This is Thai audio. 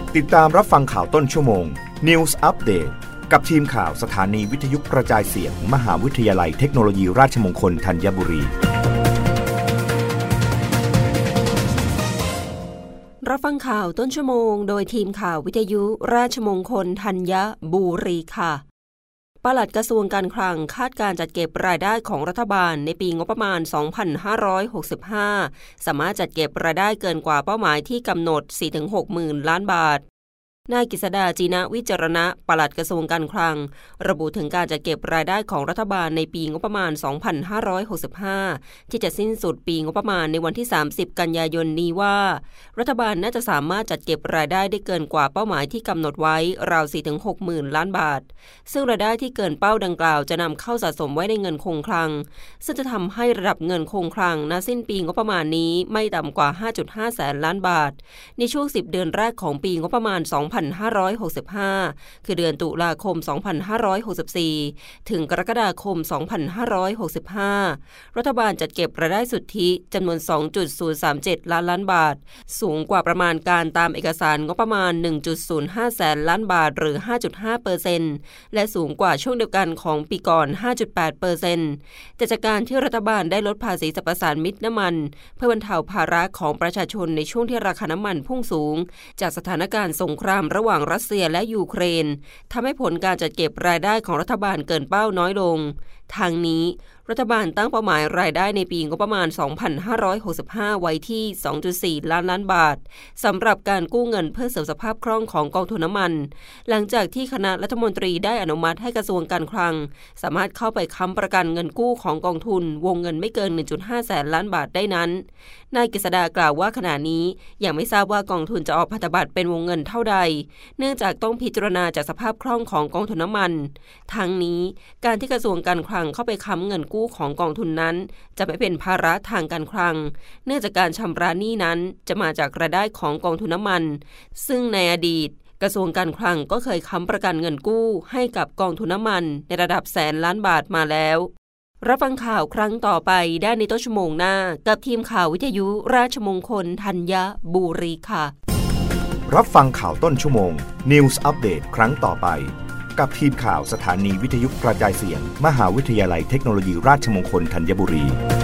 ติดตามรับฟังข่าวต้นชั่วโมง News Update กับทีมข่าวสถานีวิทยุกระจายเสียง มหาวิทยาลัยเทคโนโลยีราชมงคลธัญบุรีรับฟังข่าวต้นชั่วโมงโดยทีมข่าววิทยุราชมงคลธัญบุรีค่ะปลัดกระทรวงการคลังคาดการจัดเก็บรายได้ของรัฐบาลในปีงบประมาณ 2565 สามารถจัดเก็บรายได้เกินกว่าเป้าหมายที่กำหนด 4-6 หมื่นล้านบาทนายกฤษดาจีนะวิจารณะปลัดกระทรวงการคลังระบุถึงการจัดเก็บรายได้ของรัฐบาลในปีงบประมาณ 2565 ที่จะสิ้นสุดปีงบประมาณในวันที่ 30 กันยายนนี้ว่ารัฐบาลน่าจะสามารถจัดเก็บรายได้ได้เกินกว่าเป้าหมายที่กำหนดไว้ราว 4-6 หมื่นล้านบาทซึ่งรายได้ที่เกินเป้าดังกล่าวจะนำเข้าสะสมไว้ในเงินคงคลังซึ่งจะทำให้ระดับเงินคงคลังณสิ้นปีงบประมาณนี้ไม่ต่ำกว่า 5.5 แสนล้านบาทในช่วง 10 เดือนแรกของปีงบประมาณ 2565 คือเดือนตุลาคม 2564 ถึงกรกฎาคม 2565 รัฐบาลจัดเก็บรายได้สุทธิจำนวน 2.037 ล้านบาทสูงกว่าประมาณการตามเอกสารงบประมาณ 1.05 แสนล้านบาทหรือ 5.5% และสูงกว่าช่วงเดียวกันของปีก่อน 5.8% แต่จากการที่รัฐบาลได้ลดภาษีสรรพสามิตน้ำมันเพื่อบรรเทาภาระของประชาชนในช่วงที่ราคาน้ำมันพุ่งสูงจากสถานการณ์สงครามระหว่างรัสเซียและยูเครนทำให้ผลการจัดเก็บรายได้ของรัฐบาลเกินเป้าน้อยลงทางนี้รัฐบาลตั้งเป้าหมายรายได้ในปีงบประมาณ 2565 ไว้ที่ 2.4 ล้านบาทสำหรับการกู้เงินเพื่อเสริมสภาพคล่องของกองทุนน้ำมันหลังจากที่คณะรัฐมนตรีได้อนุมัติให้กระทรวงการคลังสามารถเข้าไปค้ำประกันเงินกู้ของกองทุนวงเงินไม่เกิน 1.5 แสนล้านบาทได้นั้นนายกฤษดากล่าวว่าขณะนี้ยังไม่ทราบว่ากองทุนจะออกพันธบัตรเป็นวงเงินเท่าใดเนื่องจากต้องพิจารณาจากสภาพคล่องของกองทุนน้ำมันทั้งนี้การที่กระทรวงการคลังเข้าไปค้ำเงินกู้ของกองทุนนั้นจะไม่เป็นภาระทางการคลังเนื่องจากการชำระหนี้นั้นจะมาจากรายได้ของกองทุนน้ำมันซึ่งในอดีตกระทรวงการคลังก็เคยค้ำประกันเงินกู้ให้กับกองทุนน้ำมันในระดับแสนล้านบาทมาแล้วรับฟังข่าวครั้งต่อไปได้ในต้นชั่วโมงหน้ากับทีมข่าววิทยุราชมงคลธัญบุรีค่ะรับฟังข่าวต้นชั่วโมง News Update ครั้งต่อไปกับทีมข่าวสถานีวิทยุกระจายเสียง มหาวิทยาลัยเทคโนโลยีราชมงคลธัญบุรี